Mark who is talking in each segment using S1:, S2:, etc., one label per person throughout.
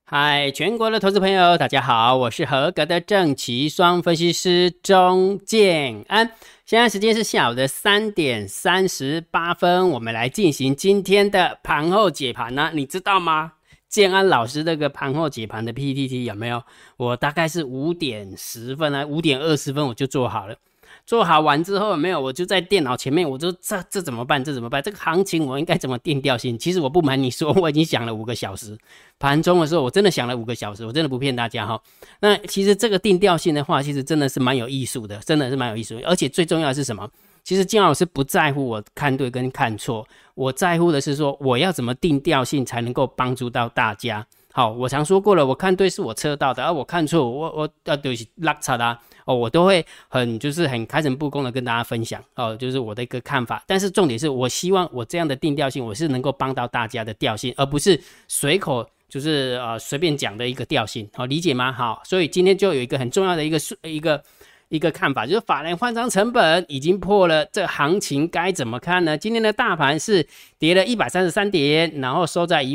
S1: 嗨，全国的投资朋友，大家好，我是合格的正奇双分析师钟建安。现在时间是下午的3:38，我们来进行今天的盘后解盘呢。你知道吗？建安老师这个盘后解盘的 PPT 有没有？我大概是5:10啊，5:20我就做好了。做好完之后有没有？我就在电脑前面，我就这怎么办？这怎么办？这个行情我应该怎么定调性？其实我不瞒你说，我已经想了5个小时。盘中的时候，我真的想了5个小时，我真的不骗大家哈。那其实这个定调性的话，其实真的是蛮有艺术的，真的是蛮有艺术的。而且最重要的是什么？其实金老师不在乎我看对跟看错，我在乎的是说我要怎么定调性才能够帮助到大家。好，我常说过了，我看对是我测到的，而我看错，我就是落差的我都会很开诚布公的跟大家分享就是我的一个看法。但是重点是我希望我这样的定调性，我是能够帮到大家的调性，而不是随口随便讲的一个调性，好理解吗？好，所以今天就有一个很重要的一个看法，就是法人换仓成本已经破了，这行情该怎么看呢？今天的大盘是跌了133点，然后收在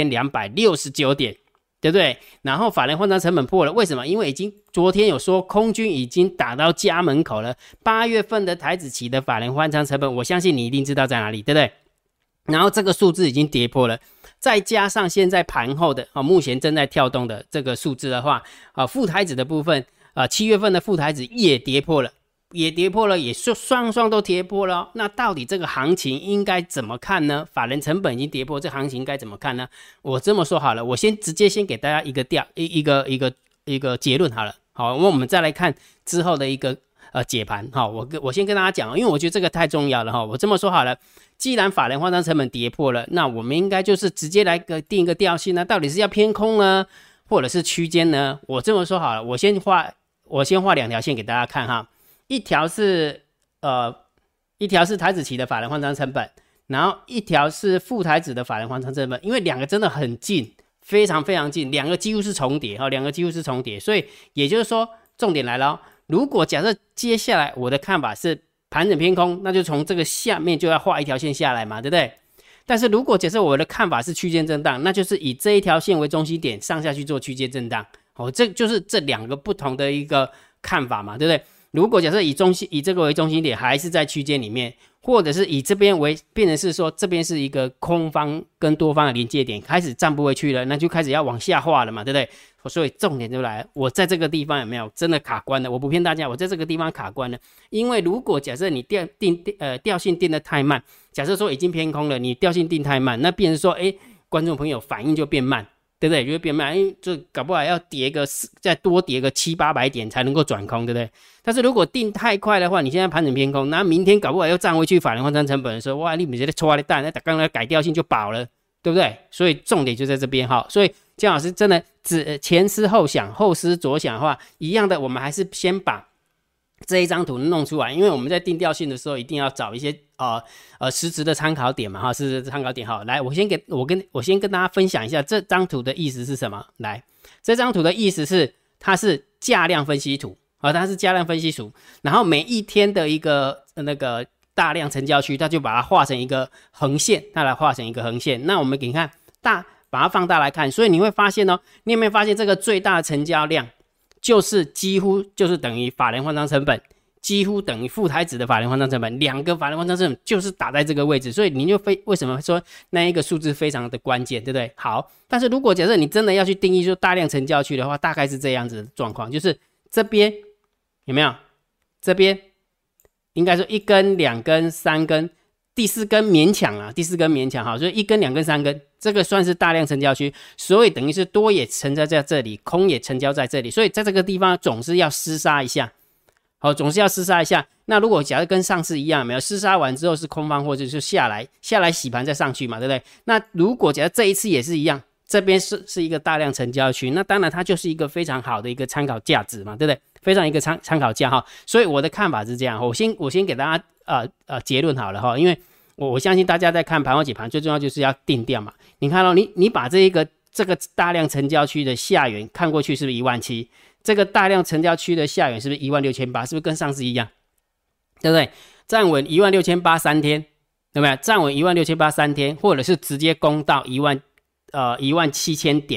S1: 17269点，对不对？然后法人换仓成本破了，为什么？因为昨天有说空军已经打到家门口了，8月份的台指期的法人换仓成本，我相信你一定知道在哪里，对不对？然后这个数字已经跌破了，再加上现在盘后的目前正在跳动的这个数字的话副台指的部分7月份的副台指也跌破了，也双双都跌破了那到底这个行情应该怎么看呢？法人成本已经跌破，这行情该怎么看呢？我这么说好了，我直接给大家一个结论好了。好，我们再来看之后的一个解盘。好，我先跟大家讲，因为我觉得这个太重要了我这么说好了，既然法人换仓成本跌破了，那我们应该就是直接来定一个调性呢，到底是要偏空呢，或者是区间呢？我这么说好了，我先画2条线给大家看哈。一条是台指期的法人换仓成本，然后一条是副台指的法人换仓成本，因为两个真的很近，非常非常近，两个几乎是重叠所以也就是说重点来了如果假设接下来我的看法是盘整偏空，那就从这个下面就要画一条线下来嘛，对不对？但是如果假设我的看法是区间震荡，那就是以这一条线为中心点上下去做区间震荡这就是这两个不同的一个看法嘛，对不对？如果假设以这个为中心点，还是在区间里面，或者是以这边为变成是说这边是一个空方跟多方的临界点，开始站不回去了，那就开始要往下画了嘛，对不对？所以重点就来了，我在这个地方有没有真的卡关了？我不骗大家，我在这个地方卡关了。因为如果假设你调性定得太慢，假设说已经偏空了，你调性定太慢，那变成说观众朋友反应就变慢，对不对？就会变慢，因为就搞不好要再多跌个700-800点才能够转空，对不对？但是如果定太快的话，你现在盘整偏空，那明天搞不好又站回去法人换仓成本的时候，哇，你们觉得戳的蛋，那刚刚改调性就饱了，对不对？所以重点就在这边哈。所以姜老师真的前思后想，后思左想的话，一样的，我们还是先把这一张图弄出来，因为我们在定调性的时候，一定要找一些实质的参考点嘛哈，实质的参考点哈。来，我先跟大家分享一下这张图的意思是什么。来，这张图的意思是它是价量分析图它是价量分析图，然后每一天的一个那个大量成交区，它就把它画成一个横线，那我们给你看把它放大来看，所以你会发现你有没有发现这个最大的成交量几乎就是等于法人换仓成本，几乎等于副台指的法人换仓成本，两个法人换仓成本就是打在这个位置，所以你就为什么说那一个数字非常的关键，对不对？好，但是如果假设你真的要去定义说大量成交区的话，大概是这样子的状况，就是这边有没有？这边应该说1根、2根、3根，第四根勉强好，所以1根、2根、3根，这个算是大量成交区，所以等于是多也成交在这里，空也成交在这里，所以在这个地方总是要厮杀一下。那如果假如跟上次一样，有没有厮杀完之后是空方，或者是下来洗盘再上去嘛，对不对？那如果假如这一次也是一样，这边是一个大量成交区，那当然它就是一个非常好的一个参考价值嘛，对不对？非常一个参考价哈。所以我的看法是这样，我先给大家结论好了哈，因为我相信大家在看盘后解盘，最重要就是要定调嘛。你看你把这个大量成交区的下缘看过去是不是17000？这个大量成交区的下缘是不是16800？是不是跟上次一样？对不对？站稳16800 3天，对不对？站稳16800 3天，或者是直接攻到17000点，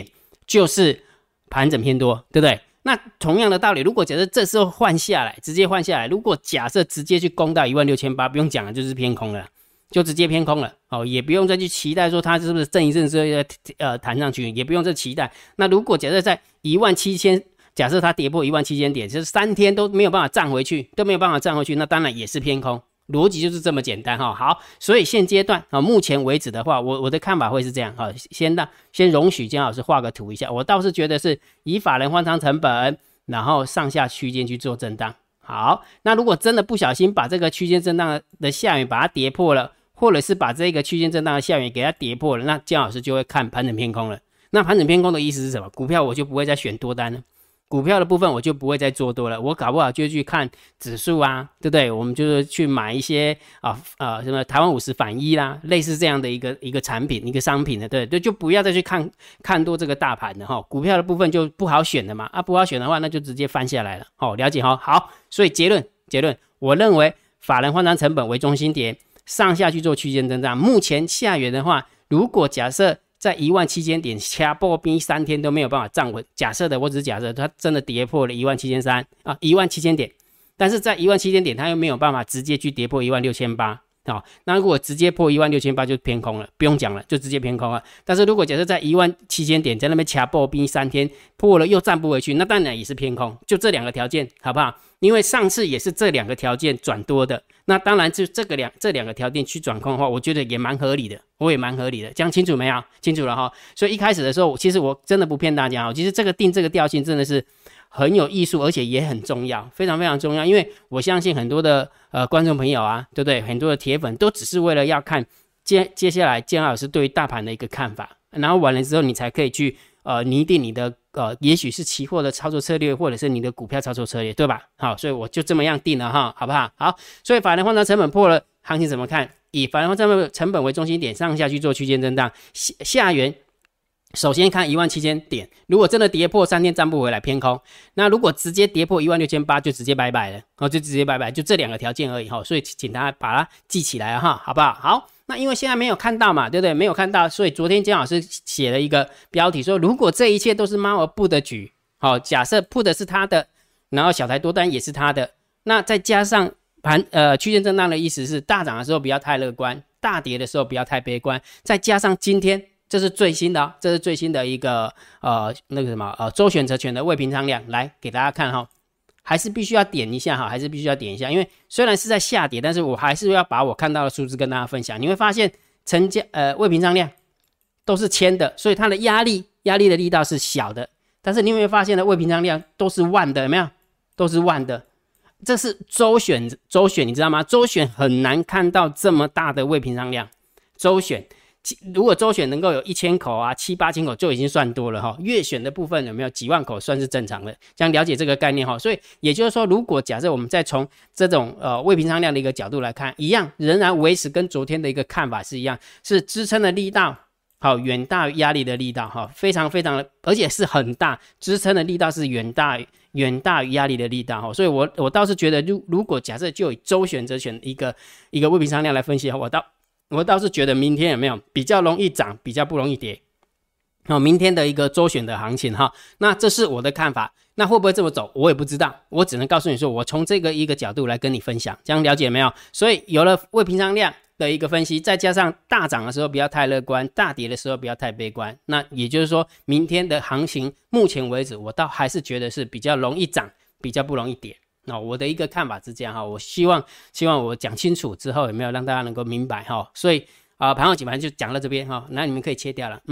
S1: 就是盘整偏多，对不对？那同样的道理，如果假设这时候换下来，直接换下来，如果假设直接去攻到16800，不用讲了，就是偏空了，就直接偏空了哦，也不用再去期待说它是不是震一震之后弹上去，也不用再期待。那如果假设在17000，假设它跌破17000点，就是3天都没有办法站回去，那当然也是偏空。逻辑就是这么简单哈。好，所以现阶段啊，目前为止的话，我的看法会是这样哈。先容许姜老师画个图一下，我倒是觉得是以法人换仓成本，然后上下区间去做震荡。好，那如果真的不小心把这个区间震荡的下缘把它跌破了，或者是把这个区间震荡的下缘给它跌破了，那姜老师就会看盘整偏空了。那盘整偏空的意思是什么？股票我就不会再选多单了。股票的部分我就不会再做多了，我搞不好就去看指数啊，对不对？我们就是去买一些什么台湾50反1啦，类似这样的一个产品、一个商品的，对，就不要再去看多这个大盘的哈。股票的部分就不好选的嘛，不好选的话，那就直接翻下来了。了解哈。好，所以结论，我认为法人换仓成本为中心点，上下去做区间震荡。目前下缘的话，如果假设在17000点掐破冰3天都没有办法站稳，假设的，我只是假设它真的跌破了17300啊，17000点，但是在17000点它又没有办法直接去跌破16800。好，那如果直接破16800就偏空了，不用讲了，就直接偏空了。但是如果假设在17000点在那边掐破冰3天破了又站不回去，那当然也是偏空。就这两个条件，好不好？因为上次也是这两个条件转多的，那当然就这两个条件去转空的话，我觉得也蛮合理的，这样清楚没有？清楚了哈。所以一开始的时候，其实我真的不骗大家，其实定这个调性真的是很有艺术，而且也很重要，非常非常重要。因为我相信很多的观众朋友啊，对不对？很多的铁粉都只是为了要看接下来建安老师对于大盘的一个看法，然后完了之后，你才可以去拟定你的也许是期货的操作策略，或者是你的股票操作策略，对吧？好，所以我就这么样定了哈，好不好？好，所以法人换仓成本破了，行情怎么看？以法人换仓成本为中心点，上下去做区间震荡，下缘。首先看17000点，如果真的跌破3天站不回来偏空，那如果直接跌破16800就直接拜拜了，就直接拜拜，就这两个条件而已，所以请大家把它记起来哈，好不好？好，那因为现在没有看到嘛，对不对？没有看到，所以昨天姜老师写了一个标题说，如果这一切都是猫儿布的局，假设布的是他的，然后小台多单也是他的，那再加上区间震荡的意思是大涨的时候不要太乐观，大跌的时候不要太悲观，再加上今天。这是最新的一个周选择权的未平仓量，来给大家看哈，还是必须要点一下哈，因为虽然是在下跌，但是我还是要把我看到的数字跟大家分享。你会发现未平仓量都是千的，所以它的压力的力道是小的，但是你有没有发现呢？未平仓量都是万的，有没有？都是万的，这是周选，你知道吗？周选很难看到这么大的未平仓量，周选。如果周选能够有1000口啊，7、8千口就已经算多了哈。月选的部分有没有几万口算是正常的？这样了解这个概念哈。所以也就是说，如果假设我们再从这种未平仓量的一个角度来看，一样仍然维持跟昨天的一个看法是一样，是支撑的力道好远大于压力的力道哈，非常非常的，而且是很大，支撑的力道是远大于压力的力道哈。所以我倒是觉得，如果假设就以周选择选一个未平仓量来分析，我倒是觉得明天有没有比较容易涨，比较不容易跌。明天的一个周选的行情哈，那这是我的看法。那会不会这么走，我也不知道。我只能告诉你说，我从这个一个角度来跟你分享，这样了解没有？所以有了未平仓量的一个分析，再加上大涨的时候不要太乐观，大跌的时候不要太悲观。那也就是说，明天的行情目前为止，我倒还是觉得是比较容易涨，比较不容易跌。我的一个看法是这样哈，我希望我讲清楚之后有没有让大家能够明白哈，所以盘后解盘就讲到这边哈，那你们可以切掉了，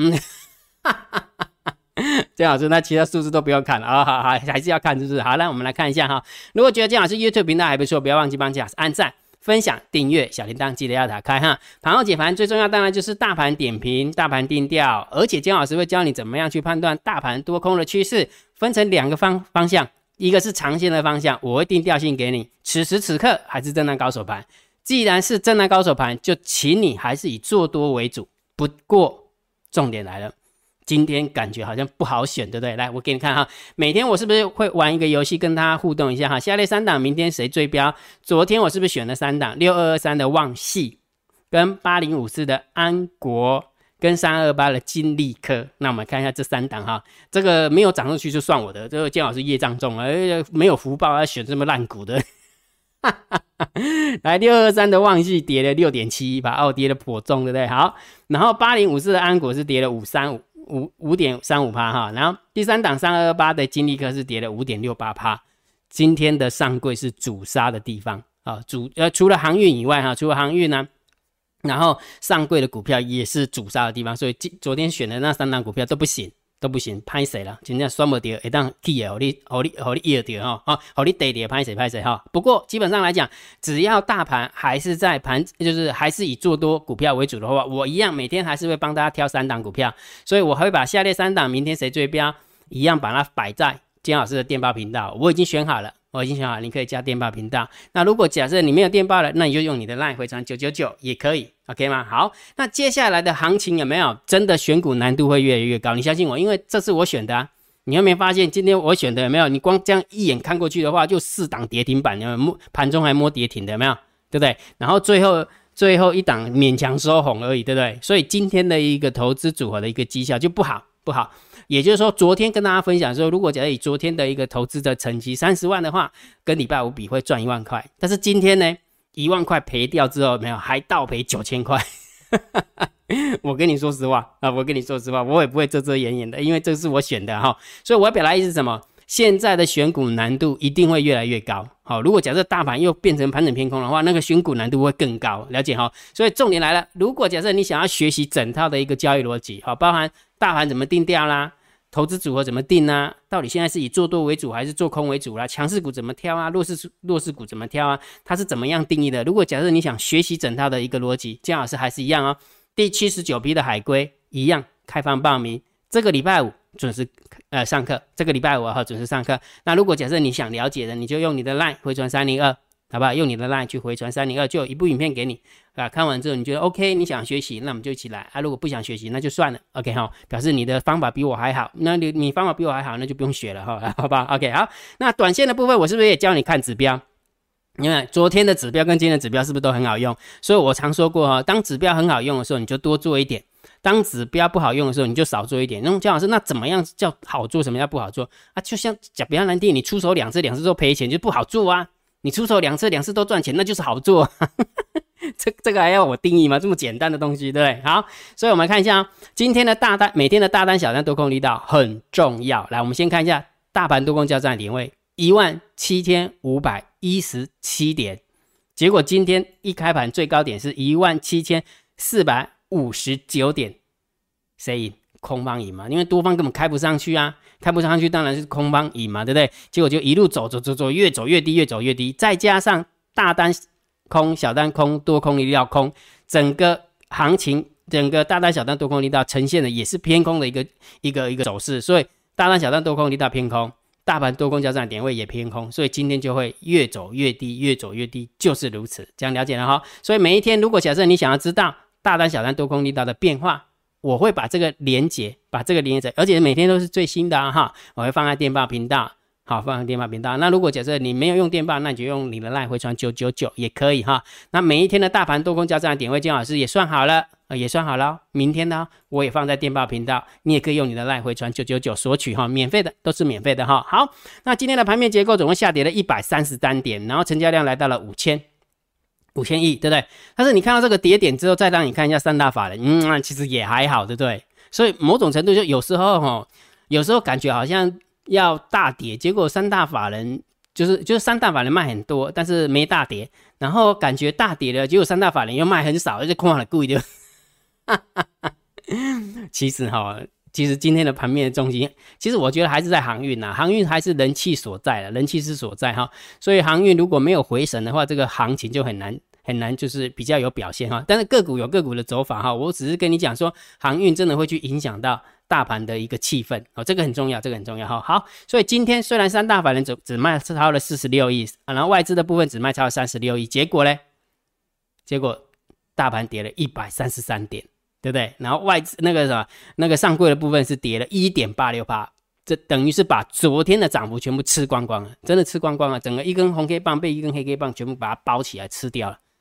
S1: 姜老师那其他数字都不用看了好，还是要看是不是？好，那我们来看一下哈，如果觉得姜老师 YouTube 频道还不错，不要忘记帮姜老师按赞、分享、订阅，小铃铛记得要打开哈。盘后解盘最重要当然就是大盘点评、大盘定调，而且姜老师会教你怎么样去判断大盘多空的趋势，分成2个方向。一个是长线的方向，我会定调性给你，此时此刻还是震荡高手盘。既然是震荡高手盘，就请你还是以做多为主。不过重点来了，今天感觉好像不好选，对不对？来，我给你看哈，每天我是不是会玩一个游戏跟大家互动一下哈？下列3档明天谁追标？昨天我是不是选了3档？6223的旺系，跟8054的安国， 跟3228的金利科。那我们看一下这3档哈，这个没有涨上去就算我的，这个建老师业障重，没有福报要选这么烂股的。来6223的旺系跌了 6.71%， 跌了颇重，对不对？好，然后8054的安国是跌了 5.35% 哈，然后第3档3228的金利科是跌了 5.68%。今天的上柜是主杀的地方啊，除了航运以外哈，除了航运呢，然后上柜的股票也是主杀的地方，所以昨天选的那3档股票都不行。拍谁了？真正选不到，会当起的，给你压到哈，给你跌跌拍谁哈。不过基本上来讲，只要大盘还是在就是还是以做多股票为主的话，我一样每天还是会帮大家挑3档股票，所以我会把下列3档明天谁追标，一样把它摆在建老师的电报频道，我已经选好了，你可以加电报频道。那如果假设你没有电报了，那你就用你的 LINE 回传999也可以 ，OK 吗？好，那接下来的行情有没有真的选股难度会越来越高？你相信我，因为这是我选的啊。你有没有发现今天我选的有没有？你光这样一眼看过去的话，就4档跌停板，有没有？盘中还摸跌停的有没有？对不对？然后最后一档勉强收红而已，对不对？所以今天的一个投资组合的一个绩效就不好。也就是说，昨天跟大家分享说，如果假如以昨天的一个投资的成绩30万的话，跟礼拜五比会赚1万块。但是今天呢，1万块赔掉之后，没有还倒赔9000块。我跟你说实话啊，我也不会遮遮掩掩的，因为这是我选的哈。所以我要表达意思是什么？现在的选股难度一定会越来越高。好，如果假设大盘又变成盘整偏空的话，那个选股难度会更高，了解哈？所以重点来了，如果假设你想要学习整套的一个交易逻辑，好，包含大盘怎么定调啦，投资组合怎么定啊，到底现在是以做多为主还是做空为主啦，强势股怎么挑啊，弱势股怎么挑啊，它是怎么样定义的？如果假设你想学习整套的一个逻辑，姜老师还是一样哦，第79批的海龟一样开放报名，这个礼拜五准时上课，这个礼拜五准时上课。那如果假设你想了解的，你就用你的 LINE 回传302，好不好？用你的 LINE 去回传302，就有一部影片给你啊。看完之后你觉得 OK， 你想学习，那我们就一起来啊。如果不想学习，那就算了 ，OK 哈，表示你的方法比我还好。那你方法比我还好，那就不用学了哈，好吧 ？OK 好。那短线的部分，我是不是也教你看指标？因为昨天的指标跟今天的指标是不是都很好用？所以我常说过哈，当指标很好用的时候，你就多做一点；当指标不好用的时候，你就少做一点。那姜老师，那怎么样叫好做？什么叫不好做啊？就像讲比较难听，你出手2次都赔钱，就不好做啊。你出手2次都赚钱，那就是好做。这个还要我定义吗？这么简单的东西，对不对？好，所以我们看一下今天的大单，每天的大单、小单、多空力道很重要。来，我们先看一下大盘多空交战点位17517点，结果今天一开盘最高点是17459点，谁赢？空方赢嘛，因为多方根本开不上去啊，开不上去当然是空方赢嘛，对不对？结果就一路走，越走越低，再加上大单空、小单空、多空力道空，整个行情、整个大单、小单、多空力道呈现的也是偏空的一个走势，所以大单、小单、多空力道偏空，大盘多空交战点位也偏空，所以今天就会越走越低，就是如此，这样了解了哈。所以每一天，如果假设你想要知道大单、小单、多空力道的变化，我会把这个连结，而且每天都是最新的哈，我会放在电报频道，好，放在电报频道。那如果假设你没有用电报，那你就用你的 LINE 回传999也可以哈。那每一天的大盘多空交战的点位，姜老师也算好了，明天呢我也放在电报频道，你也可以用你的 LINE 回传999索取哈，免费的，都是免费的哈。好，那今天的盘面结构总共下跌了133点，然后成交量来到了5000亿，对不对？但是你看到这个跌点之后，再让你看一下三大法人，其实也还好，对不对？所以某种程度就有时候感觉好像要大跌，结果三大法人就是三大法人卖很多，但是没大跌，然后感觉大跌了，结果三大法人又卖很少，就空了故意的。其实今天的盘面的重心，其实我觉得还是在航运航运还是人气所在的，人气是所在哈。所以航运如果没有回神的话，这个行情就很难，就是比较有表现哈。但是个股有个股的走法哈，我只是跟你讲说，航运真的会去影响到大盘的一个气氛哦，这个很重要哈。好，所以今天虽然三大法人只卖超了46亿，然后外资的部分只卖超了36亿，结果大盘跌了133点。对不对？然后外资那个上柜的部分是跌了 1.86%， 这等于是把昨天的涨幅全部吃光光了，真的吃光光了，整个一根红 K 棒被一根黑 K 棒全部把它包起来吃掉了，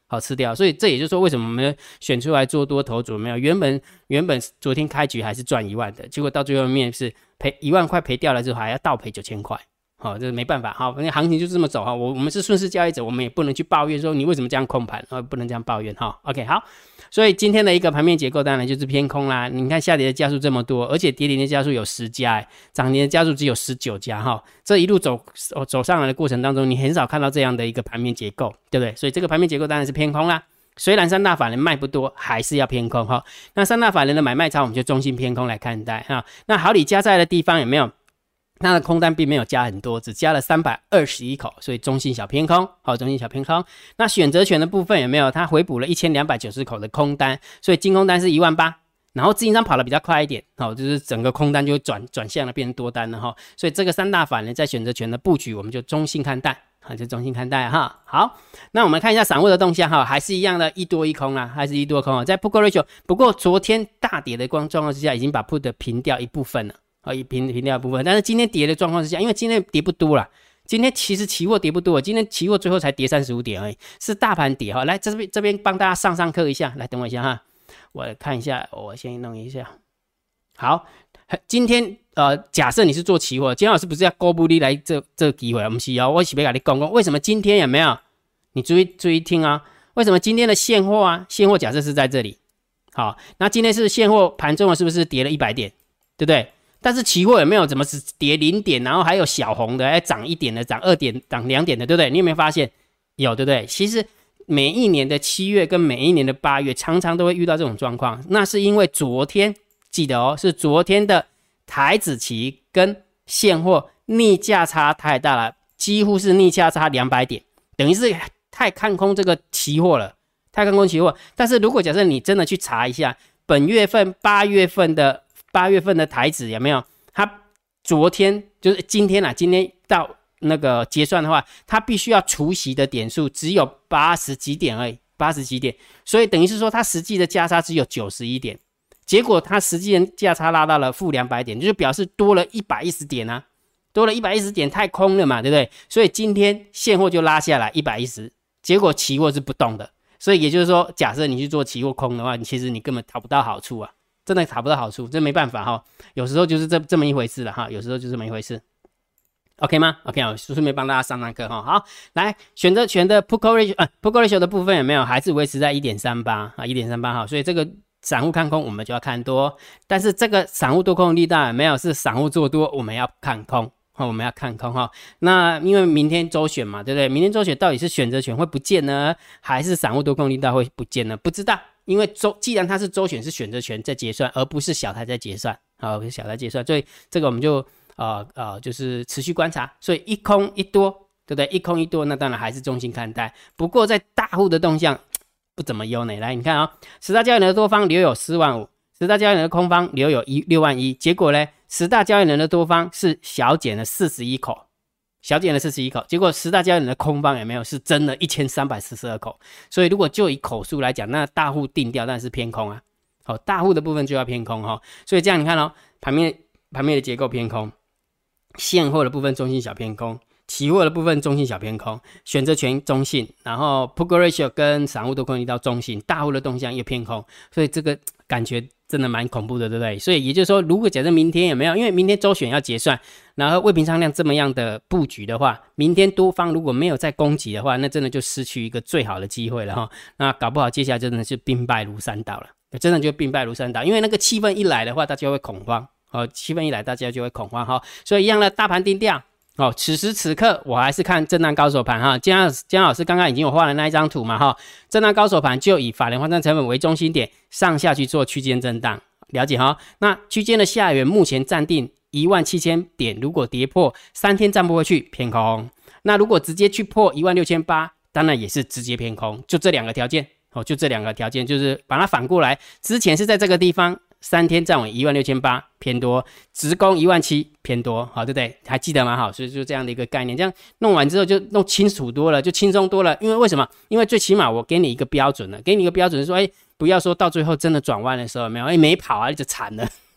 S1: 好吃掉，所以这也就是说为什么我们选出来做多头组没有？原本昨天开局还是赚1万的，结果到最后面是赔1万块赔掉了之后还要倒赔9000块。好，这没办法，好，那行情就是这么走哈。我们是顺势交易者，我们也不能去抱怨说你为什么这样控盘，不能这样抱怨哈。OK， 好，所以今天的一个盘面结构当然就是偏空啦。你看下跌的家数这么多，而且跌停的家数有10家，涨停的家数只有19家哈。这一路走上来的过程当中，你很少看到这样的一个盘面结构，对不对？所以这个盘面结构当然是偏空啦。虽然三大法人卖不多，还是要偏空哈。那三大法人的买卖超，我们就中性偏空来看待哈。那好礼加在的地方有没有？它的空单并没有加很多，只加了321口，所以中性小偏空，好，中性小偏空。那选择权的部分有没有？它回补了1290口的空单，所以净空单是18000，然后自营商跑得比较快一点，好，就是整个空单就转向了，变成多单了哈。所以这个三大法人在选择权的布局，我们就中性看待，就中性看待哈。好，那我们看一下散户的动向哈，还是一样的一多一空啦，还是一多空哦，在 Put Ratio， 不过昨天大跌的状况之下，已经把 Put 平掉一部分了。平掉部分，但是今天跌的状况之下，因为今天跌不多啦，今天其实期货跌不多，今天期货最后才跌35点而已，是大盘跌哈。来这边帮大家上课一下，来等我一下哈，我来看一下，我先弄一下。好，今天假设你是做期货，金老师不是要公布你来这个机会，我们是哦，我是要跟你讲为什么今天有没有？你注意听啊，为什么今天的现货啊，现货假设是在这里，好，那今天是现货盘中是不是跌了100点，对不对？但是期货有没有怎么只跌0点，然后还有小红的，涨1点的，涨2点，涨2点的，对不对？你有没有发现？有，对不对？其实每一年的7月跟每一年的8月，常常都会遇到这种状况。那是因为昨天记得哦，是昨天的台指期跟现货逆价差太大了，几乎是逆价差200点，等于是太看空这个期货了，太看空期货。但是如果假设你真的去查一下，本月份8月份的台指有没有？它昨天就是今天到那个结算的话，它必须要除息的点数只有80几点而已，80几点，所以等于是说它实际的价差只有91点，结果它实际的价差拉到了负200点，就是表示多了110点啊，多了110点，太空了嘛，对不对？所以今天现货就拉下来110，结果期货是不动的，所以也就是说，假设你去做期货空的话，其实你根本讨不到好处啊。真的讨不到好处，这没办法哈，有时候就是这么一回事了哈，有时候就是这么一回事 ，OK 吗 ？OK， 我顺便帮大家上课哈。好，来选择权的 Put Ratio 的部分有没有？还是维持在 1.38 啊 1.38 哈，所以这个散户看空我们就要看多，但是这个散户多空的力道有没有？是散户做多我们要看空。我们要看空哈，那因为明天周选嘛，对不对？明天周选到底是选择权会不见呢，还是散户多空力道会不见呢？不知道，因为既然它是周选是选择权在结算，而不是小台在结算，好，是小台结算，所以这个我们就就是持续观察，所以一空一多，对不对？一空一多，那当然还是中性看待。不过在大户的动向不怎么优呢，来你看啊，10大交易人的多方留有4万5。10大交易人的空方留有6万1，结果呢，10大交易人的多方是小减了41口，结果10大交易人的空方有没有是真的1342口？所以如果就以口数来讲，那大户定调但是偏空啊，好，大户的部分就要偏空哈，所以这样你看哦，盘面的结构偏空，现货的部分中性小偏空。期货的部分中性小偏空，选择权中性，然后 Put Ratio 跟散户多空力道中性，大户的动向又偏空，所以这个感觉真的蛮恐怖的，对不对？所以也就是说，如果假设明天有没有，因为明天周选要结算，然后未平仓量这么样的布局的话，明天多方如果没有再攻击的话，那真的就失去一个最好的机会了哈。那搞不好接下来真的是兵败如山倒了，真的就兵败如山倒，因为那个气氛一来的话，大家会恐慌，气氛一来大家就会恐慌哈。所以一样的大盘定调。此时此刻我还是看震荡高手盘哈，姜老师刚刚已经有画了那一张图嘛哈，震荡高手盘就以法人换算成本为中心点，上下去做区间震荡，了解哈？那区间的下缘目前暂定17000点，如果跌破3天站不回去偏空，那如果直接去破16800，当然也是直接偏空，就这两个条件就这两个条件，就是把它反过来，之前是在这个地方。3天站稳16800偏多，直攻17000偏多，好，对不对？还记得吗？好，所以就这样的一个概念，这样弄完之后就弄清楚多了，就轻松多了。因为为什么？因为最起码我给你一个标准了，给你一个标准说，不要说到最后真的转弯的时候没有，没跑啊，就惨了，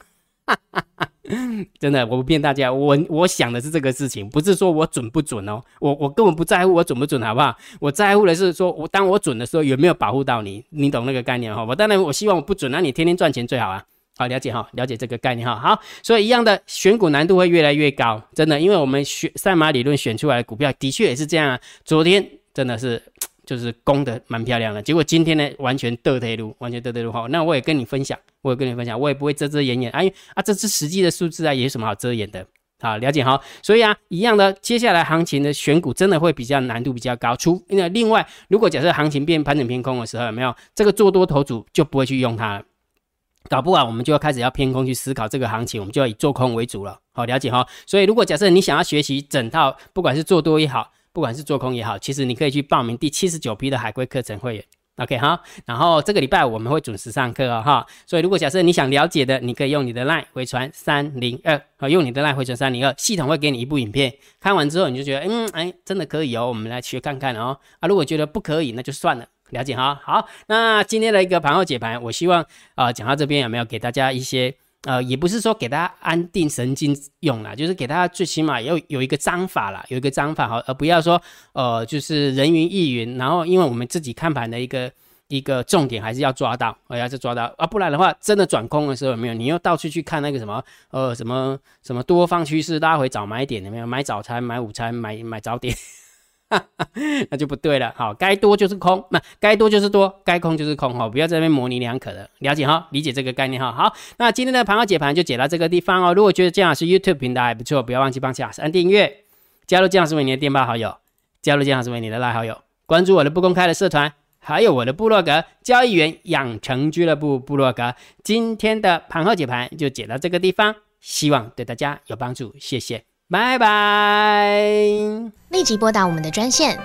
S1: 真的，我不骗大家，我想的是这个事情，不是说我准不准哦，我根本不在乎我准不准，好不好？我在乎的是说，当我准的时候有没有保护到你，你懂那个概念哈？当然我希望我不准，那你天天赚钱最好啊。好，了解哈，了解这个概念哈。好，所以一样的选股难度会越来越高，真的，因为我们赛马理论选出来的股票的确也是这样啊。昨天真的是就是攻的蛮漂亮的，结果今天呢完全倒退路，完全倒退路哈。那我也跟你分享，我也不会遮遮掩掩啊，这是实际的数字啊，也有什么好遮掩的？好，了解哈。所以啊，一样的，接下来行情的选股真的会比较难度比较高。另外，如果假设行情变盘整偏空的时候，有没有这个做多头组就不会去用它了？搞不好我们就要开始要偏空去思考这个行情，我们就要以做空为主了。好，了解哈。所以如果假设你想要学习整套，不管是做多也好，不管是做空也好，其实你可以去报名第79批的海龟课程会员。OK 哈，然后这个礼拜我们会准时上课哈，所以如果假设你想了解的，你可以用你的 LINE 回传302，用你的 LINE 回传302，系统会给你一部影片，看完之后你就觉得真的可以哦，我们来学看看哦。如果觉得不可以，那就算了。了解哈。好，那今天的一个盘后解盘，我希望讲到这边有没有给大家一些也不是说给大家安定神经用啦，就是给大家最起码有一个章法啦，有一个章法哈，而不要说就是人云亦云，然后因为我们自己看盘的一个重点还是要抓到，要是抓到不然的话真的转空的时候有没有，你又到处去看那个什么多方趋势拉回早买点有没有，买早餐买午餐买早点那就不对了。好，该多就是空，那该多就是多，该空就是空，不要在那边模棱两可的，了解哈，理解这个概念哈。好，那今天的盘后解盘就解到这个地方哦。如果觉得建老师 YouTube 频道还不错，不要忘记帮建老师按订阅，加入建老师为你的电报好友，加入建老师为你的LINE好友，关注我的不公开的社团，还有我的部落格交易员养成俱乐部部落格。今天的盘后解盘就解到这个地方，希望对大家有帮助，谢谢。拜拜！
S2: 立即拨打我们的专线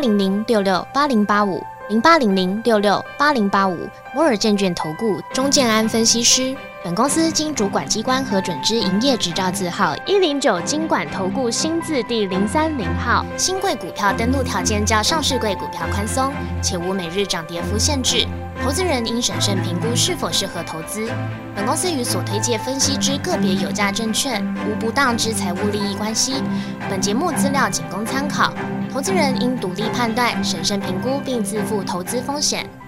S2: 0800668085 0800668085摩尔证券投顾钟建安分析师。本公司经主管机关核准之营业执照字号109金管投顾新字第030号。新贵股票登录条件较上市贵股票宽松，且无每日涨跌幅限制。投资人应审慎评估是否适合投资。本公司与所推介分析之个别有价证券无不当之财务利益关系。本节目资料仅供参考，投资人应独立判断、审慎评估并自负投资风险。